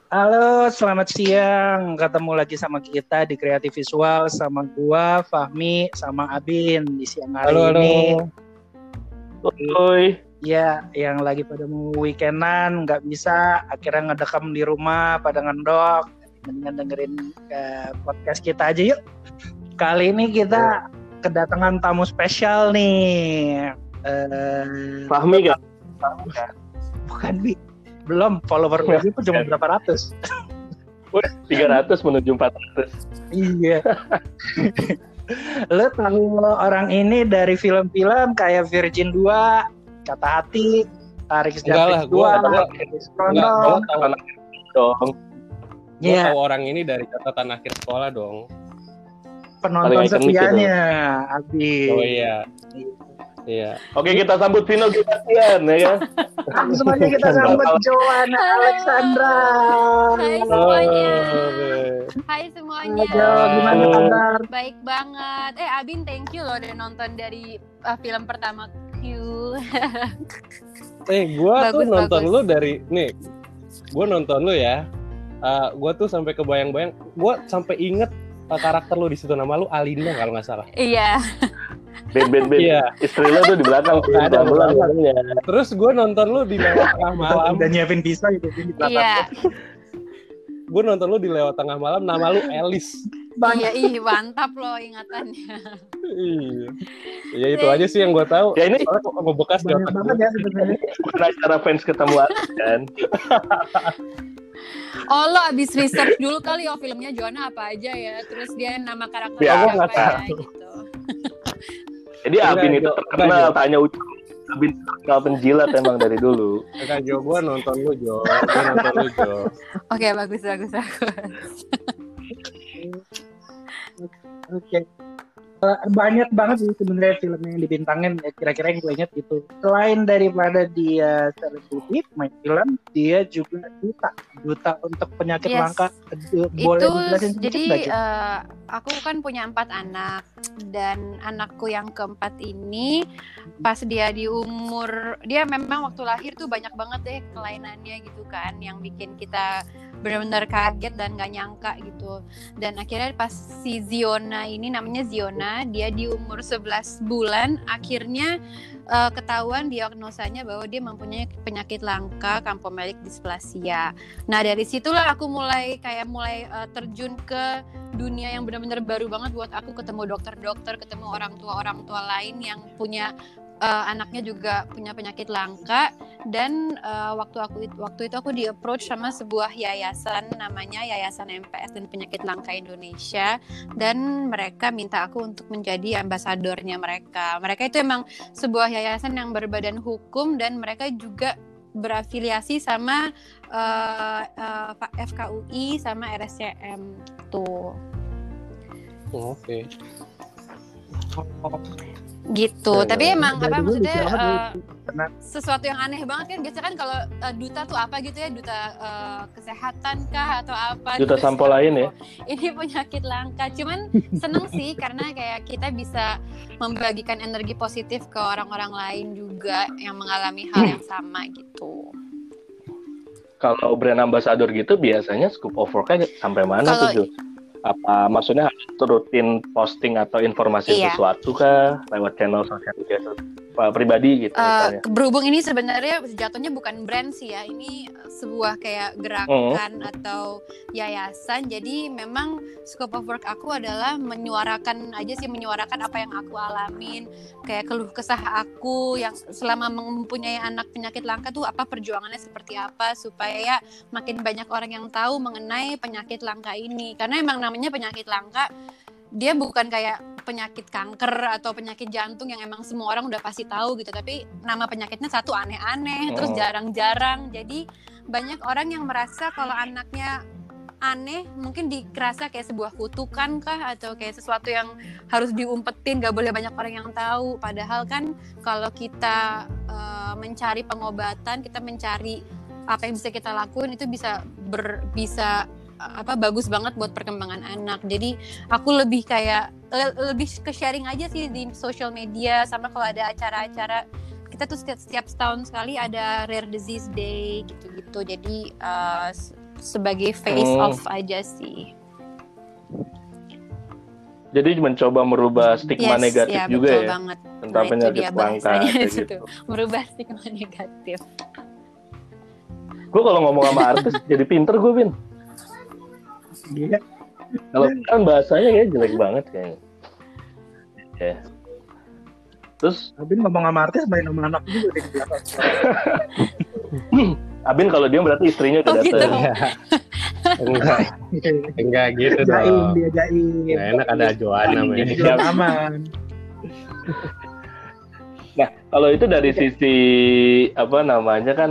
Halo, selamat siang. Ketemu lagi sama kita di Kreatif Visual sama gua, Fahmi, sama Abin di siang hari Halo. ini. Oi. Ya, yang lagi pada mau weekendan nggak bisa, akhirnya ngedekam di rumah pada ngendok. Mendingan dengerin podcast kita aja yuk. Kali ini kita kedatangan tamu spesial nih. Fahmi kan? Bukan, Bi. Belum, follower gue itu cuma berapa ratus. 300 menuju 400. Iya. Lo tahu orang ini dari film-film kayak Virgin 2, Kata Hati, Tarik Japrik 2, Gue tahu anak dong. Gue tahu orang ini dari catatan akhir sekolah dong. Penonton setianya, Abi. Oh iya. Iya. Oke, kita sambut Vino Gimasian ya kan. Semuanya kita sambut Joanna Alexandra. Hai semuanya. Hai semuanya. Gimana kabar? Baik banget. Abin, thank you loh udah nonton dari film pertama Q. Gue tuh nonton lu dari nih. Gue nonton lu ya. Gue tuh sampai kebayang-bayang. Gue sampai inget karakter lu di situ, nama lu Alina kalau nggak salah. Iya. Ben. Iya. Istri lo tuh di belakang. Ada belakangnya. Terus gue nonton lu di lewat tengah malam. Dan nyiapin pisau itu di belakang. Iya. Gue nonton lu di lewat tengah malam. Nama lu Elis. Iya, mantap loh ingatannya. Iya itu aja sih yang gue tahu. Ya ini ngebekas di otak banget ya sebenarnya. Karena cara fans ketemu kan. Oh, lo abis research dulu kali filmnya Joanna apa aja ya. Terus dia nama karakter siapa ya gitu. Jadi Abin itu terkenal, tanya Ucu. Abin terkenal penjilat emang dari dulu. Kan Jo, gue nonton lu Jo. Oke, bagus. Oke. Banyak banget sih sebenarnya film yang dibintangin, kira-kira yang gue inget gitu. Selain daripada dia selebriti main film, dia juga duta untuk penyakit langka. Boleh dijelasin sedikit nggak, Jo? Aku kan punya 4 anak, dan anakku yang keempat ini pas dia di umur, dia memang waktu lahir tuh banyak banget deh kelainannya gitu kan, yang bikin kita benar-benar kaget dan gak nyangka gitu. Dan akhirnya pas si Ziona ini, namanya Ziona, dia di umur 11 bulan akhirnya ketahuan diagnosanya bahwa dia mempunyai penyakit langka Campomelic dysplasia. Nah dari situlah aku mulai terjun ke dunia yang benar-benar baru banget buat aku, ketemu dokter-dokter, ketemu orang tua lain yang punya anaknya juga punya penyakit langka. Dan waktu itu aku di-approach sama sebuah yayasan, namanya Yayasan MPS dan Penyakit Langka Indonesia, dan mereka minta aku untuk menjadi ambasadornya mereka. Mereka itu emang sebuah yayasan yang berbadan hukum, dan mereka juga berafiliasi sama FKUI sama RSCM tuh. Oke. Gitu. Tapi emang apa maksudnya sesuatu yang aneh banget kan. Biasanya kan kalau duta tuh apa gitu ya, duta kesehatan kah atau apa, duta sampo lain ya. Ini penyakit langka. Cuman seneng sih karena kayak kita bisa membagikan energi positif ke orang-orang lain juga yang mengalami hal yang sama gitu. Kalau brand ambassador gitu biasanya scope of work-nya sampai mana tuh, Jo? Apa maksudnya rutin posting atau informasi sesuatu kah lewat channel sosial media pribadi gitu misalnya? Berhubung ini sebenarnya jatuhnya bukan brand sih ya, ini sebuah kayak gerakan atau yayasan. Jadi memang scope of work aku adalah menyuarakan apa yang aku alamin, kayak keluh kesah aku yang selama mempunyai anak penyakit langka tuh apa perjuangannya seperti apa, supaya makin banyak orang yang tahu mengenai penyakit langka ini. Karena emang namanya penyakit langka, dia bukan kayak penyakit kanker atau penyakit jantung yang emang semua orang udah pasti tahu gitu, tapi nama penyakitnya satu aneh-aneh, terus jarang-jarang. Jadi banyak orang yang merasa kalau anaknya aneh mungkin dikerasa kayak sebuah kutukan kah, atau kayak sesuatu yang harus diumpetin, gak boleh banyak orang yang tahu. Padahal kan kalau kita mencari pengobatan, kita mencari apa yang bisa kita lakuin, itu bisa bagus banget buat perkembangan anak. Jadi aku lebih ke sharing aja sih di social media, sama kalau ada acara-acara kita tuh setiap setahun sekali ada Rare Disease Day gitu-gitu. Jadi sebagai face off aja sih. Jadi mencoba merubah stigma negatif ya, juga betul ya banget. tentang penyakit langka gitu. Merubah stigma negatif. Gue kalau ngomong sama artis jadi pinter gue, Bin. Iya. Kalau kan bahasanya kayak jelek banget kayaknya. Ya. Terus Abin ngomong sama artis main sama anak juga di belakang. Abin kalau dia berarti istrinya udah gitu. datang. Enggak gitu dong. Dia jaim. Nggak enak ada Joanna namanya. Aman. Nah, kalau itu dari sisi apa namanya kan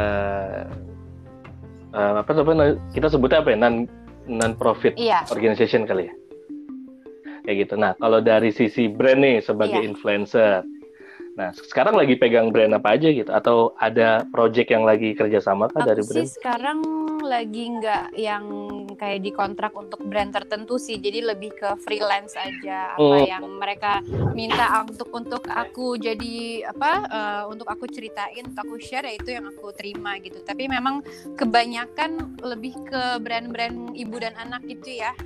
kita sebutnya apa ya? Non profit organization kali ya. Kayak gitu. Nah, kalau dari sisi brand nih sebagai influencer. Nah, sekarang lagi pegang brand apa aja gitu? Atau ada project yang lagi kerjasama kah dari brand? Aku sih sekarang lagi nggak yang kayak dikontrak untuk brand tertentu sih. Jadi lebih ke freelance aja. Apa yang mereka minta untuk aku jadi untuk aku ceritain, untuk aku share, ya itu yang aku terima gitu. Tapi memang kebanyakan lebih ke brand-brand ibu dan anak gitu ya.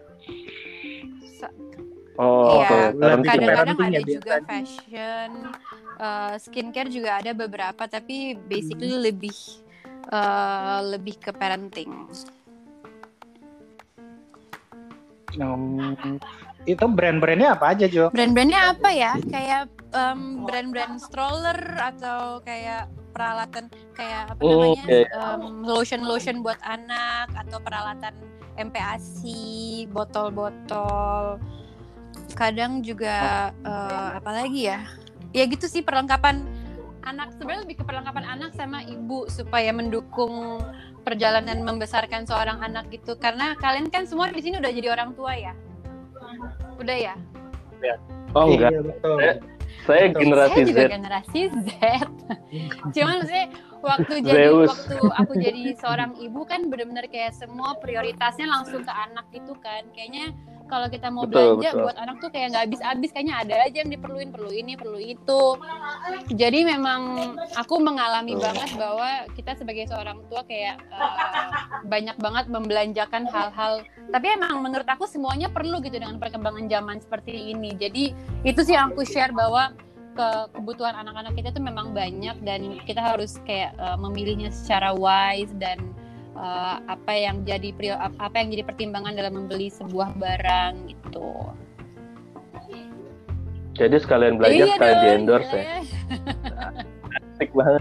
Kadang-kadang ada juga fashion, skincare juga ada beberapa, tapi basically lebih ke parenting. Itu brand-brandnya apa aja, Jo? Brand-brandnya apa ya? Kayak brand-brand stroller atau kayak peralatan kayak lotion buat anak atau peralatan MPASI, botol-botol. Kadang juga apalagi ya gitu sih, perlengkapan anak. Sebenarnya lebih ke perlengkapan anak sama ibu supaya mendukung perjalanan membesarkan seorang anak gitu. Karena kalian kan semua di sini udah jadi orang tua ya, udah ya? Oh enggak, saya generasi Z. Saya juga generasi Z. Cuman maksudnya waktu aku jadi seorang ibu kan benar-benar kayak semua prioritasnya langsung ke anak gitu kan. Kayaknya kalau kita mau belanja buat anak tuh kayak nggak habis-habis, kayaknya ada aja yang diperluin, perlu ini, perlu itu. Jadi memang aku mengalami banget bahwa kita sebagai seorang tua kayak banyak banget membelanjakan hal-hal. Tapi emang menurut aku semuanya perlu gitu dengan perkembangan zaman seperti ini. Jadi itu sih yang aku share, bahwa kebutuhan anak-anak kita tuh memang banyak dan kita harus kayak memilihnya secara wise dan apa yang jadi pertimbangan dalam membeli sebuah barang gitu. Jadi sekalian belajar, sekalian di endorse ya. Asik banget.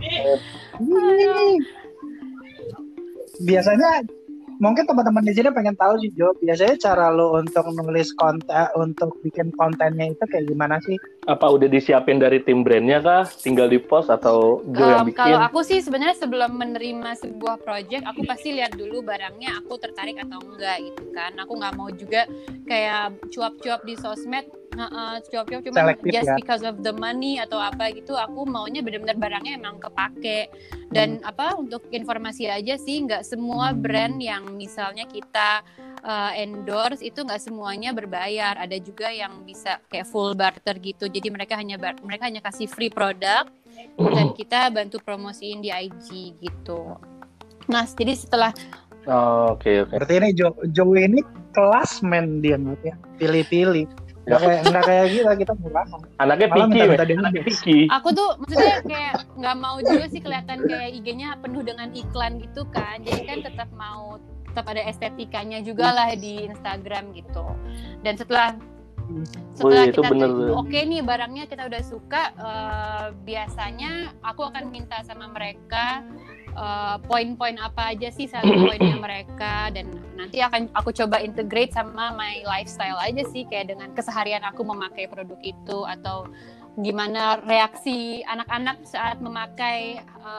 Biasanya mungkin teman-teman di sini pengen tahu sih, Jo. Biasanya cara lo untuk nulis konten, untuk bikin kontennya itu kayak gimana sih? Apa udah disiapin dari tim brandnya kah? Tinggal di post atau Jo yang bikin? Kalau aku sih sebenarnya sebelum menerima sebuah project, aku pasti lihat dulu barangnya aku tertarik atau enggak gitu kan. Aku nggak mau juga kayak cuap-cuap di sosmed, cuap-cuap cuma just because of the money atau apa gitu. Aku maunya benar-benar barangnya emang kepake. Dan untuk informasi aja sih, nggak semua brand yang misalnya kita endorse itu nggak semuanya berbayar. Ada juga yang bisa kayak full barter gitu. Jadi mereka hanya kasih free produk dan kita bantu promosiin di IG gitu. Nah, jadi setelah Oke. Berarti ini Jo ini kelasmen dia ya. Pilih-pilih. Nggak kayak kita murah. Anaknya picky. Aku tuh maksudnya kayak nggak mau juga sih kelihatan kayak IG-nya penuh dengan iklan gitu kan. Jadi kan tetap ada estetikanya juga lah di Instagram gitu. Dan setelah kita oke nih barangnya kita udah suka, biasanya aku akan minta sama mereka poin-poin apa aja sih selling poinnya mereka, dan nanti akan aku coba integrate sama my lifestyle aja sih, kayak dengan keseharian aku memakai produk itu atau gimana reaksi anak-anak saat memakai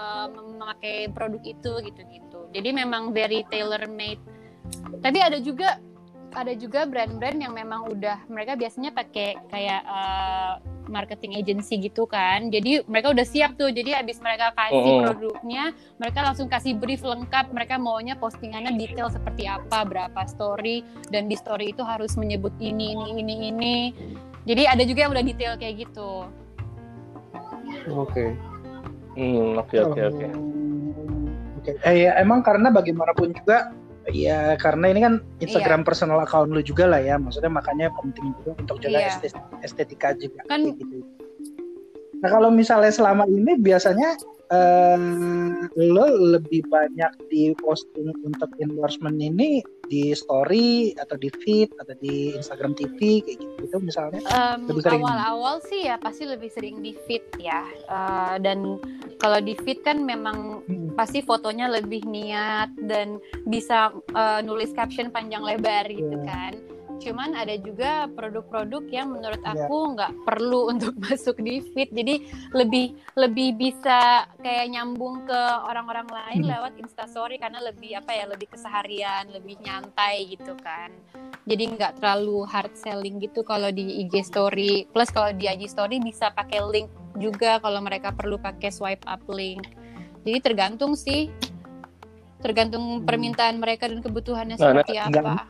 produk itu gitu. Jadi memang very tailor made. Tapi ada juga brand-brand yang memang udah mereka biasanya pakai kayak marketing agency gitu kan. Jadi mereka udah siap tuh. Jadi habis mereka kasih produknya, mereka langsung kasih brief lengkap. Mereka maunya postingannya detail seperti apa, berapa story, dan di story itu harus menyebut ini. Jadi ada juga yang udah detail kayak gitu. Oke. Oke. Ya, emang karena bagaimanapun juga ya karena ini kan Instagram personal account lu juga lah ya, maksudnya makanya penting juga untuk jaga estetika juga kan gitu. Nah kalau misalnya selama ini biasanya lo lebih banyak di posting untuk endorsement ini di story atau di feed atau di Instagram TV kayak gitu misalnya? Awal-awal sih ya pasti lebih sering di feed ya, dan kalau di feed kan memang pasti fotonya lebih niat dan bisa nulis caption panjang lebar gitu kan. Cuman ada juga produk-produk yang menurut aku nggak perlu untuk masuk di feed, jadi lebih bisa kayak nyambung ke orang-orang lain lewat Instastory karena lebih lebih keseharian, lebih nyantai gitu kan. Jadi nggak terlalu hard selling gitu kalau di IG Story. Plus kalau di IG Story bisa pakai link juga kalau mereka perlu pakai swipe up link. Jadi tergantung permintaan mereka dan kebutuhannya seperti apa.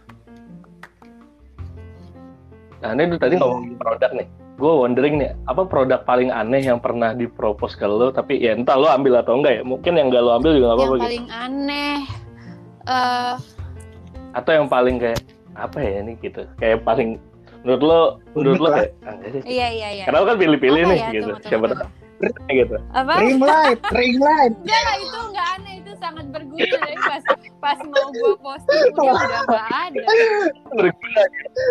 Nah ini tadi ngomongin produk nih, gue wondering nih, apa produk paling aneh yang pernah dipropose ke lo, tapi ya entah lo ambil atau enggak ya, mungkin yang gak lo ambil juga gak apa-apa gitu. Yang paling aneh, atau yang paling kayak apa ya ini gitu, kayak paling menurut lo kayak iya. Karena lo kan pilih-pilih nih ya, gitu, siapa tahu gitu. Apa? Ring light. Enggak lah, itu nggak aneh, itu sangat berguna. Tapi pas mau gue posting udah nggak ada. Berguna.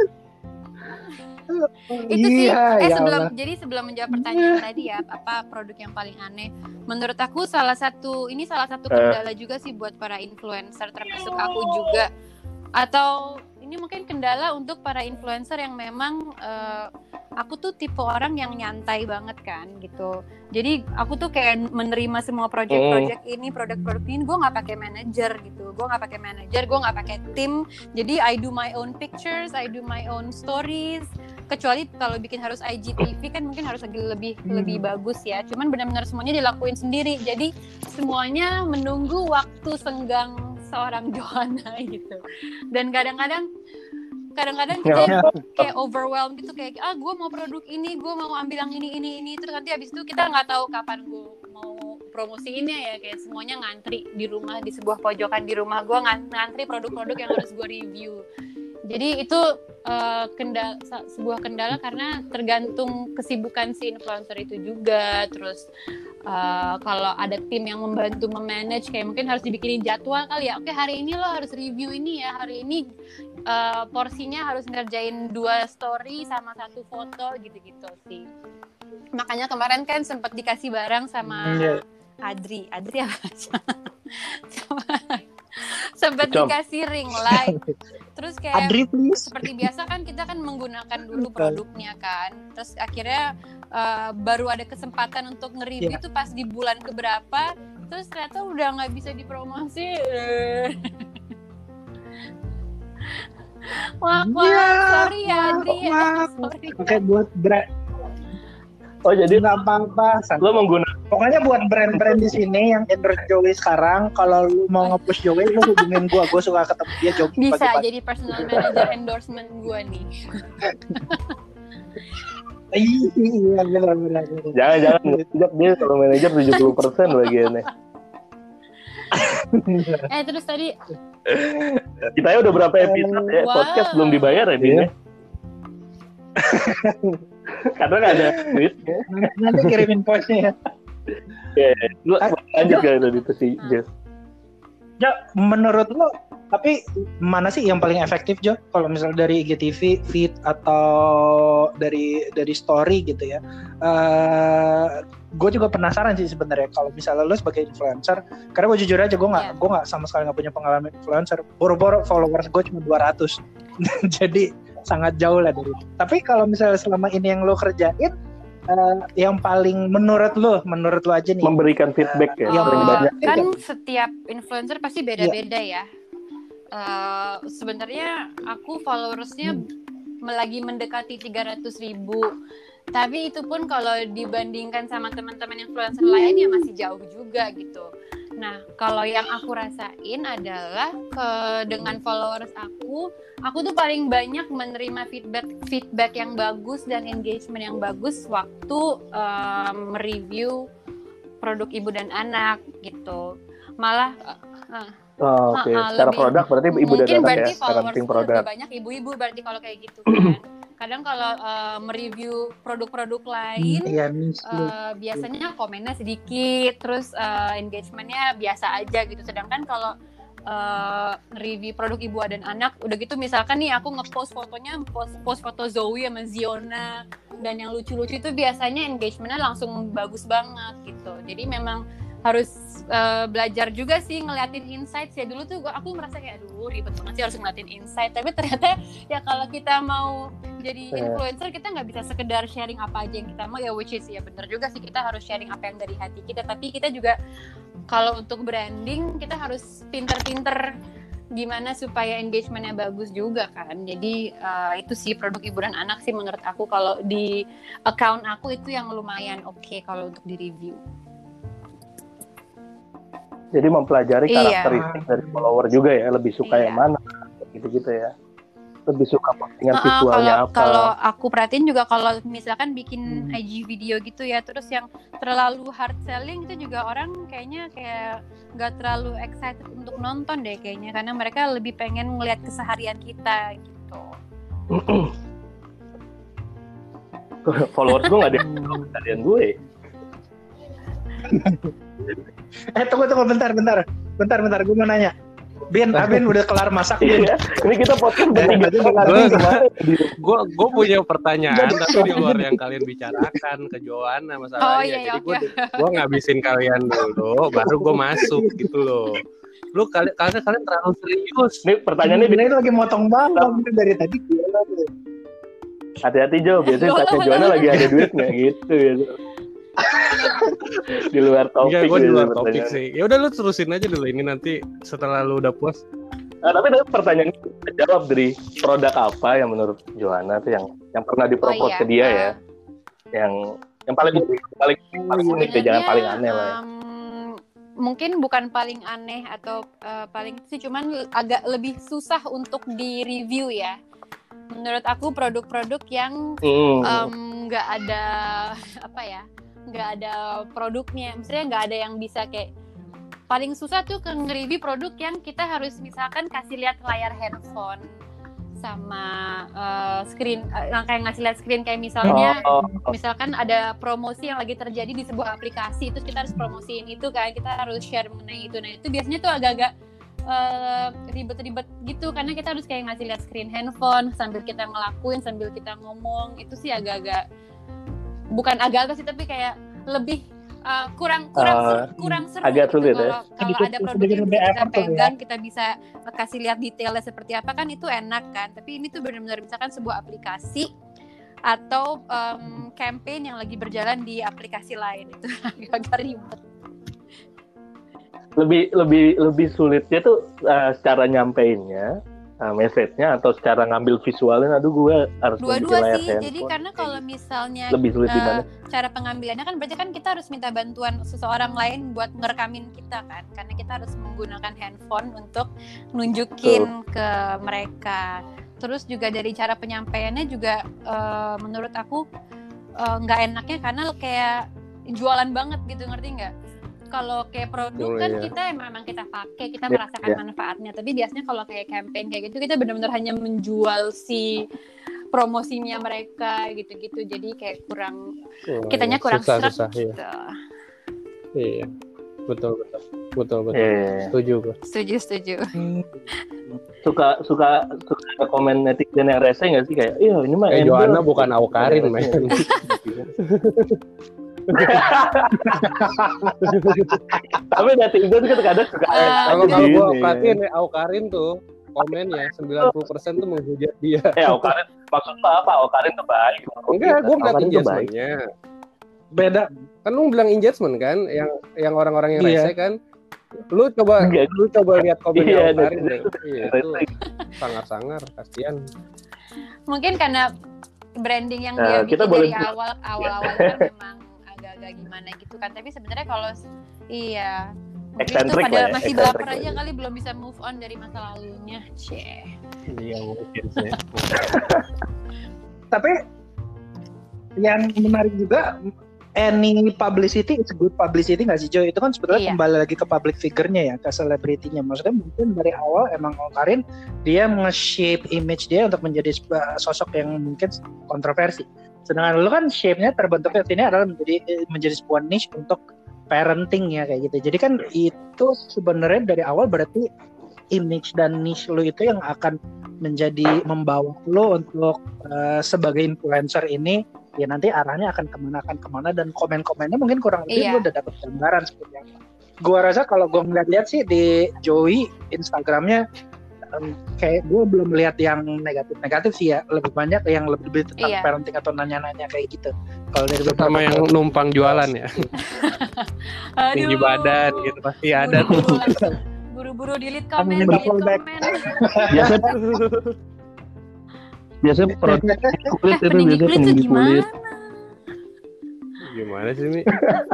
Itu sih sebelum menjawab pertanyaan tadi ya, apa produk yang paling aneh menurut aku, salah satu kendala juga sih buat para influencer termasuk aku juga, atau ini mungkin kendala untuk para influencer yang memang aku tuh tipe orang yang nyantai banget kan gitu. Jadi aku tuh kayak menerima semua project ini, produk-produk ini, gue nggak pakai manajer gitu, gue nggak pakai tim. Jadi I do my own pictures, I do my own stories. Kecuali kalau bikin harus IGTV kan mungkin harus lebih bagus ya. Cuman benar-benar semuanya dilakuin sendiri. Jadi semuanya menunggu waktu senggang seorang Joanna gitu. Dan kadang-kadang kita kayak overwhelmed gitu, kayak gue mau produk ini, gue mau ambil yang ini, terus nanti habis itu kita nggak tahu kapan gue mau promosiinnya ya, kayak semuanya ngantri di rumah, di sebuah pojokan di rumah gue ngantri produk-produk yang harus gue review. Jadi itu sebuah kendala karena tergantung kesibukan si influencer itu juga. Terus kalau ada tim yang membantu memanage, kayak mungkin harus dibikinin jadwal kali ya. Oke, hari ini lo harus review ini ya, hari ini porsinya harus ngerjain 2 story sama 1 foto gitu-gitu sih. Makanya kemarin kan sempat dikasih barang sama Adri apa sempat dikasih ring light. Terus kayak Adri, seperti biasa kan kita kan menggunakan dulu produknya kan. Terus akhirnya baru ada kesempatan untuk nge-review itu pas di bulan keberapa. Terus ternyata udah nggak bisa dipromosi. Wah, sorry ya Adri. Sorry. Oke, buat brand. Oh jadi nggak apa-apa. Lo menggunakan. Pokoknya buat brand-brand di sini yang endorse Joey sekarang, kalau lu mau nge-push Joey, lu hubungin gue suka ketemu dia jogging bisa pagi-pagi. Jadi personal manager endorsement gue nih. Iya benar. Jangan dia kalau manajer 70% bagiannya. Terus tadi kita udah berapa episode ya? Podcast belum dibayar ya Bin? Karena nggak ada duitnya. Nanti kirimin postnya ya. Lu lanjut gak tadi itu si Jess? Jo, menurut lo, tapi mana sih yang paling efektif Jo? Kalau misalnya dari IGTV, feed atau dari story gitu ya? Gue juga penasaran sih sebenarnya kalau misalnya lo sebagai influencer, karena gue jujur aja gue nggak sama sekali nggak punya pengalaman influencer. Boro-boro followers gue cuma 200, jadi sangat jauh lah dari itu. Tapi kalau misalnya selama ini yang lo kerjain, yang paling menurut lo aja nih memberikan feedback ya, yang paling banyak kan setiap influencer pasti beda-beda ya. Sebenarnya aku followersnya lagi mendekati 300.000, tapi itu pun kalau dibandingkan sama teman-teman influencer lain ya masih jauh juga gitu. Nah, kalau yang aku rasain adalah dengan followers aku tuh paling banyak menerima feedback yang bagus dan engagement yang bagus waktu mereview produk ibu dan anak gitu. malah Oke. Secara lebih, produk berarti ibu dan anak ya, parenting produk. Lebih banyak ibu-ibu berarti kalau kayak gitu kan. Kadang kalau mereview produk-produk lain, biasanya komennya sedikit, terus engagementnya biasa aja gitu. Sedangkan kalau review produk ibu dan anak, udah gitu misalkan nih aku ngepost fotonya, post foto Zoe sama Ziona dan yang lucu-lucu itu biasanya engagementnya langsung bagus banget gitu. Jadi memang harus belajar juga sih ngeliatin insights ya. Dulu tuh aku merasa kayak aduh ribet banget sih harus ngeliatin insight, tapi ternyata ya kalau kita mau jadi influencer kita nggak bisa sekedar sharing apa aja yang kita mau ya, which is ya bener juga sih, kita harus sharing apa yang dari hati kita, tapi kita juga kalau untuk branding kita harus pinter-pinter gimana supaya engagementnya bagus juga kan. Jadi itu sih produk ibu dan anak sih menurut aku kalau di account aku itu yang lumayan oke kalau untuk di review. Jadi mempelajari karakteristik dari follower juga ya, lebih suka yang mana gitu-gitu ya. Lebih suka postingan visualnya apa. Kalau aku perhatiin juga kalau misalkan bikin IG video gitu ya, terus yang terlalu hard selling itu juga orang kayaknya kayak nggak terlalu excited untuk nonton deh kayaknya, karena mereka lebih pengen ngelihat keseharian kita gitu. Followers gue nggak ada keseharian gue. Tunggu bentar, gue mau nanya. Abin udah kelar masak belum? Ini kita podcast bertiga. Gue punya pertanyaan tapi di luar yang kalian bicarakan ke Joanna masalahnya. Jadi gue ngabisin kalian dulu, baru gue masuk gitu loh. Lu kalian terlalu serius. Nih pertanyaannya ini lagi motong banget dari tadi. Hati-hati Jo, biasanya tanya Joanna lagi ada duit nggak gitu ya. Di luar topik. Iya, gue di luar topik sih. Ya udah lu terusin aja dulu ini, nanti setelah lu udah puas. Tapi pertanyaan jawab dari produk apa yang menurut Joanna tuh yang pernah dipropose ke dia ya. Yang paling unik deh, jangan paling aneh lah ya. Mungkin bukan paling aneh atau paling sih, cuman agak lebih susah untuk di review ya. Menurut aku produk-produk yang nggak ada nggak ada produknya, maksudnya nggak ada yang bisa kayak, paling susah tuh nge-review produk yang kita harus misalkan kasih lihat layar handphone sama screen, kayak ngasih lihat screen kayak misalnya misalkan ada promosi yang lagi terjadi di sebuah aplikasi, terus kita harus promosiin itu kan, kita harus share mengenai itu. Nah itu biasanya tuh agak-agak ribet-ribet gitu, karena kita harus kayak ngasih lihat screen handphone sambil kita ngelakuin, sambil kita ngomong. Itu sih agak-agak, bukan agak-agak sih, tapi kayak lebih kurang seru agak sulit gitu. Ya. Kalau ada produk yang bisa kita pegang, kita bisa kasih lihat detailnya seperti apa, kan itu enak kan. Tapi ini tuh benar-benar misalkan sebuah aplikasi atau campaign yang lagi berjalan di aplikasi lain, itu agak ribet. Lebih sulitnya tuh cara nyampeinnya, message-nya, atau secara ngambil visualnya. Aduh, gue harus dua-dua sih. Jadi karena kalau misalnya lebih sulit di mana? Cara pengambilannya kan berarti kan kita harus minta bantuan seseorang lain buat ngerekamin kita kan, karena kita harus menggunakan handphone untuk nunjukin ke mereka. Terus juga dari cara penyampaiannya juga menurut aku nggak enaknya karena kayak jualan banget gitu, ngerti nggak? Kalau kayak produk kan kita memang kita pakai, kita merasakan manfaatnya. Tapi biasanya kalau kayak campaign kayak gitu, kita benar-benar hanya menjual si promosinya mereka gitu-gitu. Jadi kayak kitanya kurang susah, gitu. Iya. Betul. Setuju. Suka komen netizen yang rese nggak sih, kayak ini mah Joanna bukan Aukarin men. Tapi netizen kan kadang suka kalau gue perhatiin Aukarin tuh komennya 90% tuh menghujat dia. Aukarin maksudnya apa? Aukarin tuh baik. Enggak, gue bilang engagement-nya beda. Kan lu bilang engagement kan, yang orang-orang yang rese kan. Lu coba lihat komennya Aukarin deh. Itu sangar-sangar, kasihan. Mungkin karena branding yang dia bikin dari awal kan memang agak gimana gitu kan. Tapi sebenarnya kalau mungkin itu pada masih baper aja kali, belum bisa move on dari masa lalunya. Iya mungkin sih. Tapi yang menarik juga any publicity is good publicity nggak sih Jo? Itu kan sebetulnya kembali lagi ke public figure-nya ya, ke selebritinya. Maksudnya mungkin dari awal emang Karin dia nge-shape image dia untuk menjadi sosok yang mungkin kontroversi. Sedangkan lu kan shape-nya terbentuknya ini adalah menjadi sebuah niche untuk parenting ya kayak gitu. Jadi kan itu sebenarnya dari awal berarti image dan niche lu itu yang akan menjadi membawa lu untuk sebagai influencer ini ya nanti arahnya akan kemana dan komen-komennya mungkin kurang lebih lu udah dapat gambaran seperti apa. Gua rasa kalau gua ngeliat sih di Joey Instagramnya kayak gue belum lihat yang negatif sih ya, lebih banyak yang lebih tentang parenting atau nanya-nanya kayak gitu. Kalau dari sama yang numpang jualan ya, tinggi badan gitu pasti ada tuh. Buru-buru delete komen. Biasanya produk kulit itu peninggi kulit. Gimana sih Mi?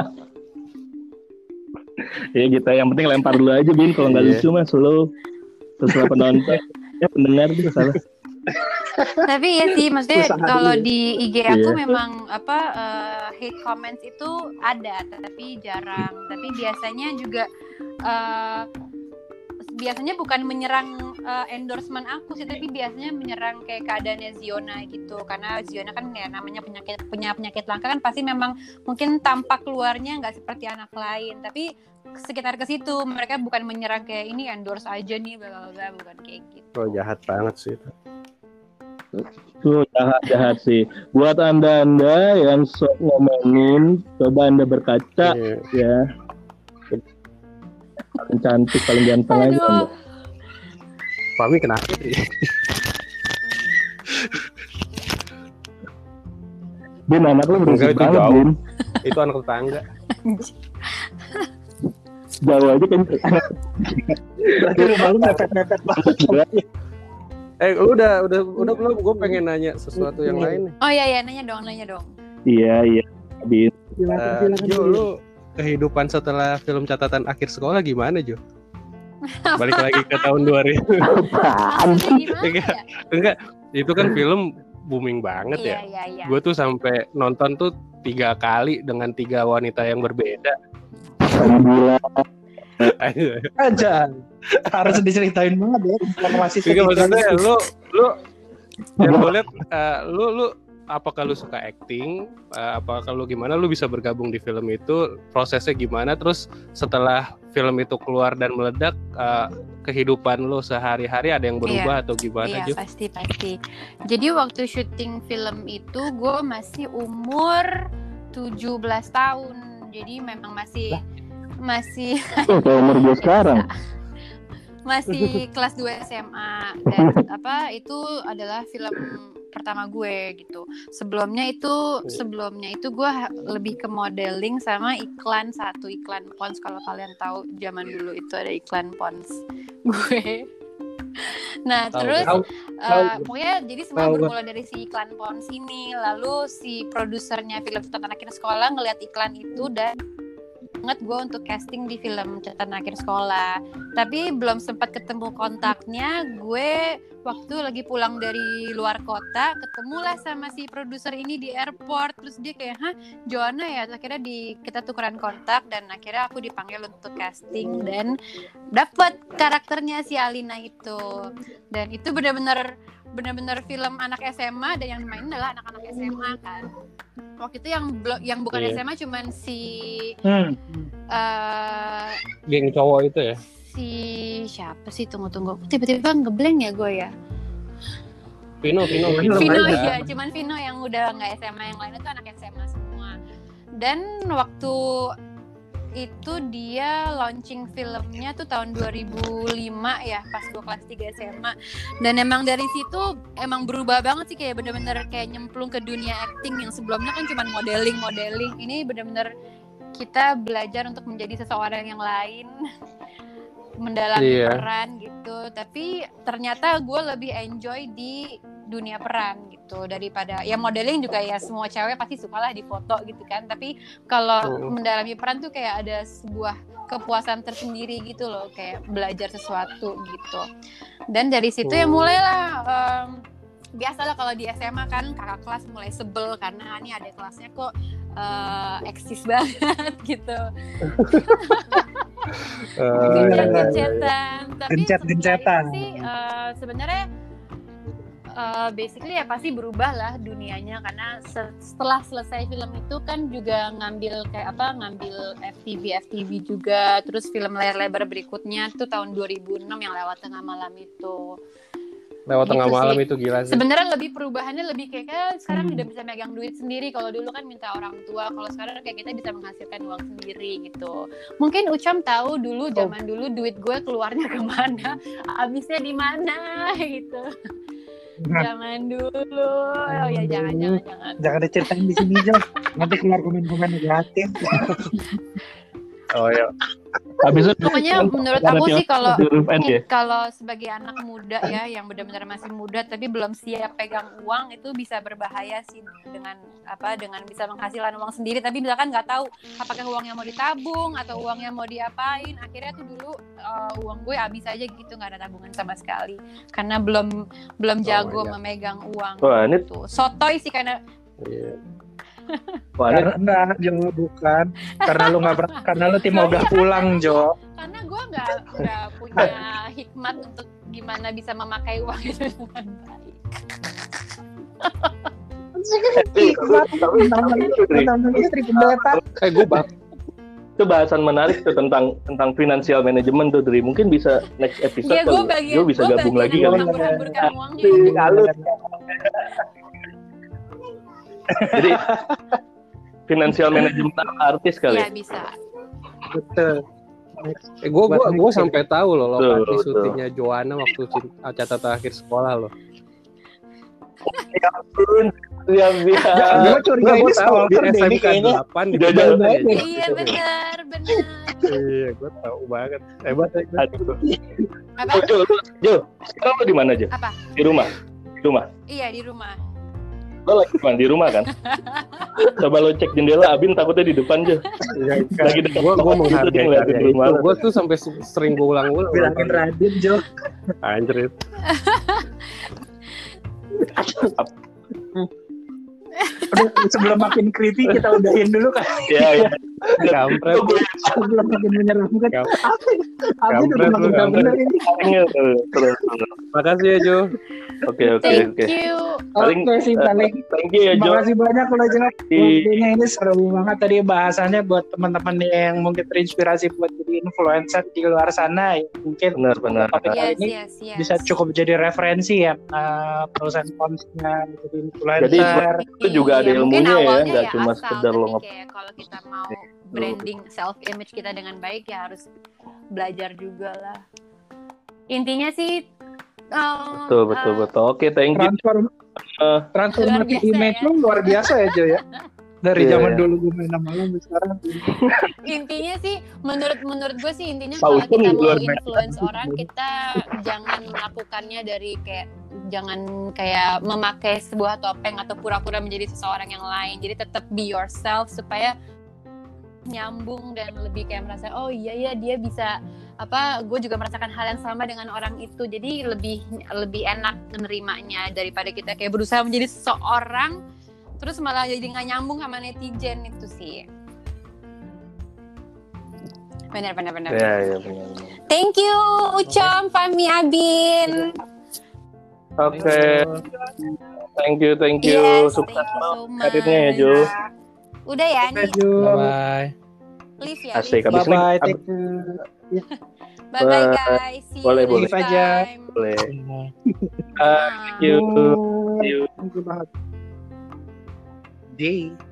Ya gitu, yang penting lempar dulu aja Bin, kalau nggak lucu mah slow. Terus penonton, pendengar itu salah. Tapi ya sih, maksudnya kalau di IG aku memang hate comments itu ada, tapi jarang. Tapi biasanya juga biasanya bukan menyerang endorsement aku sih, tapi biasanya menyerang kayak keadaannya Ziona gitu. Karena Ziona kan ya namanya punya penyakit langka kan pasti memang mungkin tampak luarnya nggak seperti anak lain. Tapi sekitar ke situ mereka bukan menyerang kayak ini endorse aja nih bla bla, bukan kayak gitu. Oh jahat banget sih itu. Tuh jahat sih. Buat anda yang sok ngomongin, coba anda berkaca ya. Paling cantik, paling ganteng aja anda. Pami kenapa sih? Bin, anak lu berisik banget Bin. Itu anak tetangga. Jauh aja kan. Berarti rumah lu mepet-mepet banget. Lu udah belum? Gue pengen nanya sesuatu yang lain nih. Oh iya nanya dong. Iya. Bin. Silakan. Jo, lu kehidupan setelah film Catatan Akhir Sekolah gimana Jo? Balik lagi ke tahun 2000. Enggak, itu kan film booming banget ya. Iya. Gue tuh sampai nonton tuh 3 kali dengan 3 wanita yang berbeda. Aja harus diceritain banget ya informasi sedikit. Maksudnya lu yang gue lihat lu apakah lu suka acting, apakah lu gimana lu bisa bergabung di film itu, prosesnya gimana, terus setelah film itu keluar dan meledak, kehidupan lu sehari-hari ada yang berubah atau gimana? Iya pasti. Jadi waktu syuting film itu gue masih umur 17 tahun, jadi memang masih umur gue sekarang masih kelas 2 SMA dan itu adalah film pertama gue gitu. Sebelumnya itu gue lebih ke modeling sama iklan Pons. Kalau kalian tahu zaman dulu itu ada iklan Pons gue. Nah terus pokoknya jadi semua bermula dari si iklan Pons ini. Lalu si produsernya film Catatan Akhir Sekolah ngeliat iklan itu dan banget gue untuk casting di film Catatan Akhir Sekolah, tapi belum sempat ketemu kontaknya. Gue waktu lagi pulang dari luar kota ketemulah sama si produser ini di airport, terus dia kayak Joanna ya, akhirnya kita tukeran kontak dan akhirnya aku dipanggil untuk casting dan dapat karakternya si Alina itu. Dan itu benar-benar film anak SMA dan yang main adalah anak-anak SMA kan. Waktu itu yang bukan SMA cuman si geng cowok itu ya. Si siapa sih, tunggu tiba-tiba ngeblank ya gue ya. Vino ya, cuman Vino yang udah nggak SMA, yang lain itu anak SMA semua. Dan waktu itu dia launching filmnya tuh tahun 2005 ya, pas gue kelas 3 SMA. Dan emang dari situ emang berubah banget sih, kayak bener-bener kayak nyemplung ke dunia acting yang sebelumnya kan cuma modeling. Ini bener-bener kita belajar untuk menjadi seseorang yang lain, mendalami peran gitu. Tapi ternyata gue lebih enjoy di dunia peran gitu daripada ya modeling juga ya, semua cewek pasti sukalah di foto gitu kan. Tapi kalau mendalami peran tuh kayak ada sebuah kepuasan tersendiri gitu loh, kayak belajar sesuatu gitu. Dan dari situ ya mulailah biasalah kalau di SMA kan kakak kelas mulai sebel karena ini adik kelasnya kok eksis banget gitu. Gencet-gencetan. Tapi sih sebenarnya basically ya pasti berubah lah dunianya, karena setelah selesai film itu kan juga ngambil FTV juga, terus film layar lebar berikutnya tuh tahun 2006 yang Lewat Tengah Malam itu. Lewat gitu Tengah Malam sih. Itu gila sih. Sebenarnya lebih perubahannya lebih kayak sekarang udah bisa megang duit sendiri. Kalau dulu kan minta orang tua, kalau sekarang kayak kita bisa menghasilkan uang sendiri gitu. Mungkin Ucam tahu dulu zaman dulu duit gue keluarnya kemana, habisnya di mana gitu. Zaman dulu. Oh ya jangan diceritain di sini, Jo. Nanti keluar komen-komen negatif. Oh ya. Habis itu pokoknya menurut aku sih kalau sebagai anak muda ya yang benar-benar masih muda tapi belum siap pegang uang, itu bisa berbahaya sih dengan bisa menghasilkan uang sendiri, tapi misalkan nggak tahu apakah uangnya mau ditabung atau uangnya mau diapain. Akhirnya tuh dulu uang gue habis aja gitu, nggak ada tabungan sama sekali karena belum jago memegang uang. Gitu. Sotoy sih karena karena Jo bukan karena lu tim udah pulang Jo. Karena gue nggak punya hikmat untuk gimana bisa memakai uang itu dengan baik. Itu bahasan menarik tuh tentang financial management tuh, Dri. Mungkin bisa next episode gue bisa gabung lagi kali. Jadi financial management artis kali. Iya bisa. Betul. Gue sampai tahu loh lokasi syutingnya Joanna waktu catatan akhir sekolah loh. Ya ampun, siap. Gue curiga ini sekolah di SMK 8 di Iya benar. Iya, gue tahu banget. Hebat ya. Apa? Jo, sekarang lo di mana aja? Apa? Di rumah. Iya di rumah. Lo lagi di rumah kan? Coba lo cek jendela, Abin takutnya di depan aja. Lagi dekat. Gue menghargai karya itu. Gue tuh sampai sering gue ulang-ulang. Bilangin Radit Jo. Anjir. Sebelum makin creepy kita udahin dulu kan. Iya. Kampret. Sebelum makin menyeramkan. Abin udah makin gak bener ini. Makasih ya Jo. Oke. Thank you. Oke sih paling. Thank you ya Jo. Makasih banyak lo Jo. Waktunya ini seru banget tadi bahasannya buat teman-teman yang mungkin terinspirasi buat jadi influencer di luar sana. Mungkin benar. Ini bisa cukup jadi referensi ya perusahaan konsumnya jadi influencer. Jadi itu juga ada ilmunya ya, nggak cuma sekedar lo kalau kita mau branding self image kita dengan baik ya harus belajar juga lah. Intinya sih betul. Oke, thank you. Transformasi image lu luar biasa ya Jo ya. Dari zaman dulu gue main sama lu sekarang. Intinya sih menurut gue sih intinya kalau kita mau influence orang, kita jangan melakukannya dari jangan kayak memakai sebuah topeng atau pura-pura menjadi seseorang yang lain. Jadi tetap be yourself supaya nyambung dan lebih kayak merasa oh iya dia bisa gue juga merasakan hal yang sama dengan orang itu. Jadi lebih enak menerimanya daripada kita kayak berusaha menjadi seseorang terus malah jadi nggak nyambung sama netizen itu sih. Benar. Iya, benar. Thank you Ucom, Fahmi, Abin. Oke. Thank you. Yes, sukses so karirnya ya Jo. Udah ya nih. Bye. Live ya. Asik. Bye. Bye guys. See Boleh. you next aja. time. Boleh. Thank you. Day.